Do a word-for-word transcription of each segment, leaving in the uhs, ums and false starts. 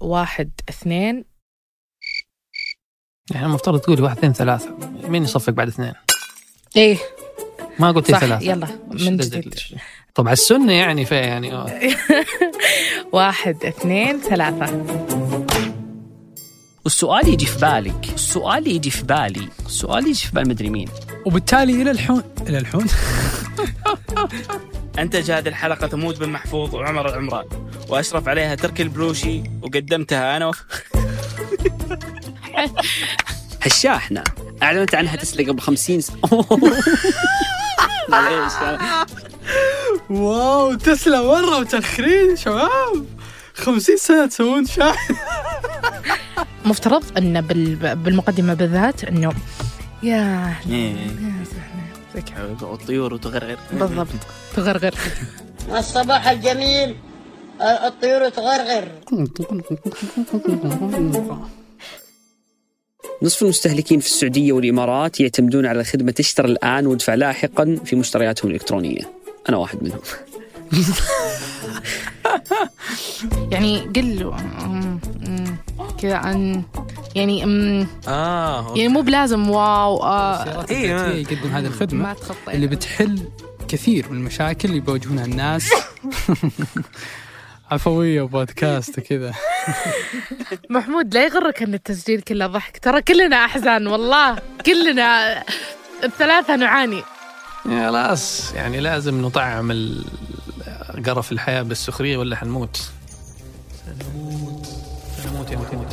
واحد اثنين. يعني المفترض تقولي واحد اثنين ثلاثة، مين يصفق بعد اثنين؟ ايه ما قلتي ثلاثة. يلا من جديد. طبعا السنة يعني في يعني واحد اثنين ثلاثة. والسؤال يجي في بالك، السؤال يجي في بالي، السؤال يجي في بال مدري مين، وبالتالي إلى الحون إلى الحون أنتج هذه الحلقة تموت بن محفوظ وعمر العمران، وأشرف عليها تركي البلوشي، وقدمتها أنا وف... هالشاحنة أعلنت عنها تسلا قبل خمسين سنة. معليش. واو تسلا مرة متأخرين شباب، خمسين سنة تسوون شاحن. مفترض أن بالمقدمة بالذات أنه يا الطيور وتغرغر. بالضبط تغرغر. الصباح الجميل، الطيور تغرغر. نصف المستهلكين في السعودية والإمارات يعتمدون على خدمة اشتر الآن وادفع لاحقا في مشترياتهم الإلكترونية. أنا واحد منهم. يعني قل كذا عن يعني آه يعني مو بلازم واو آه إيه يقدم هذه الخدمة اللي بتحل كثير من المشاكل اللي بيواجهونها الناس. عفوية وبودكاست كذا. محمود لا يغرك أن التسجيل كله ضحك، ترى كلنا أحزان والله، كلنا الثلاثة نعاني. خلاص يعني لازم نطعم القرف الحياة بالسخرية ولا حنموت. سنموت سنموت يا محمود.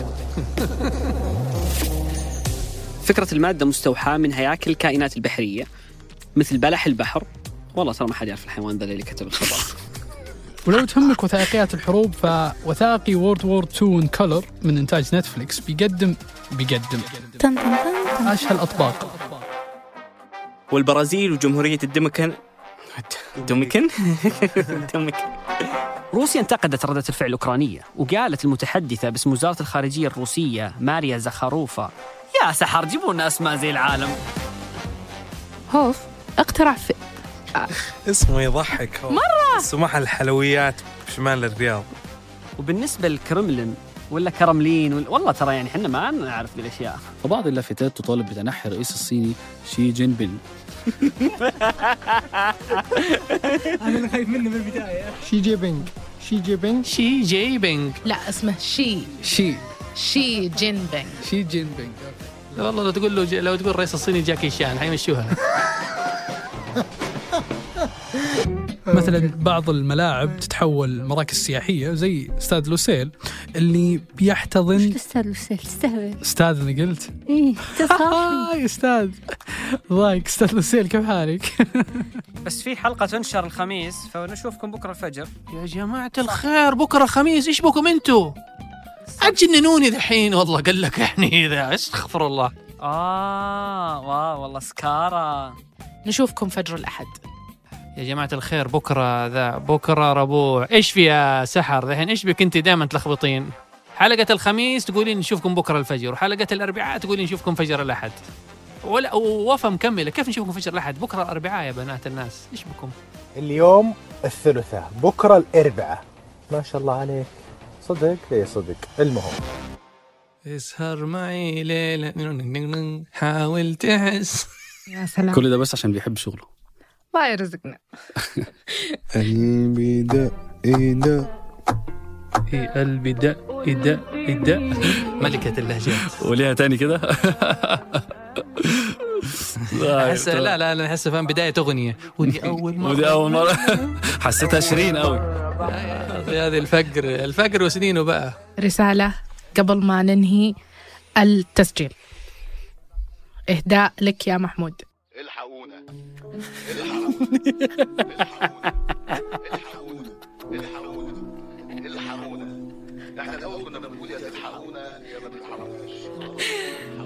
فكرة المادة مستوحاة من هياكل الكائنات البحرية مثل بلح البحر. والله ترى ما حد يعرف الحيوان ذا اللي كتب الخبر. ولو تهمك وثائقيات الحروب، فوثائقي وورد وور تو in color من إنتاج نتفليكس بيقدم بيقدم أشهى الأطباق. والبرازيل وجمهورية الدومينيكان الدومينيكان الدومينيكان. روسيا انتقدت ردة الفعل الأوكرانية، وقالت المتحدثة باسم وزارة الخارجية الروسية ماريا زخاروفا: يا سحر جيبوا لنا أسماء زي العالم. هوف اقترع في اسمه يضحك مرة، سماح الحلويات بشمال الرياض. وبالنسبة للكرملين ولا كرملين ولا... والله ترى يعني حنا ما نعرف ذي الأشياء. وبعض اللافتات تطالب بتنحي الرئيس الصيني شي جين بين. أنا اللي خايف منه من البداية. شي جي بينج شي جي بينج شي جي بينج لا اسمه شي شي شي جين بينج شي جين بينج. والله لو تقول له ج... لو تقول الرئيس الصيني جاكي شان حيمشوها. مثلا بعض الملاعب تتحول مراكز سياحية زي استاد لوسيل اللي بيحتضن. استاد لوسيل تستهبل. استاد اللي قلت ايه تصحيح. استاد ضايق استاد لوسيل. كيف حالك؟ بس في حلقة تنشر الخميس، فنشوفكم بكرة الفجر. يا جماعة الخير بكرة الخميس، ايش بكم انتوا؟ أتجننوني دحين والله. قال لك يعني إذا استغفر الله. آه واو والله سكارة. نشوفكم فجر الأحد يا جماعة الخير. بكرة ذا بكرة ربوع. إيش في يا سحر ذحين؟ إيش بك أنت دائما تلخبطين؟ حلقة الخميس تقولين نشوفكم بكرة الفجر، وحلقة الأربعاء تقولين نشوفكم فجر الأحد، ولا ووفا مكملة. كيف نشوفكم فجر الأحد؟ بكرة الأربعاء يا بنات الناس. إيش بكم؟ اليوم الثلاثاء، بكرة الأربعاء. ما شاء الله عليك. صدق ايه صدق. المهم اسهر معي ليلة حاول تحس. يا سلام. كل ده بس عشان بيحب شغله. الله يرزقنا. قلبي دق دق ايه قلبي دق دق دق. ملكة اللهجات. وليها تاني كده. أحس لا لا أنا أحس فهم بداية أغنية. ودي أول مرة ودي أول مرة حسيتها شيرين قوي. هذه الفقر الفقر وسنينه بقى. رسالة قبل ما ننهي التسجيل، إهداء لك يا محمود. الحقونا الحقونا الحقونا الحقونا الحقونا. احنا الأول كنا بنقول يا تلحقونا يا ما تلحقوناش.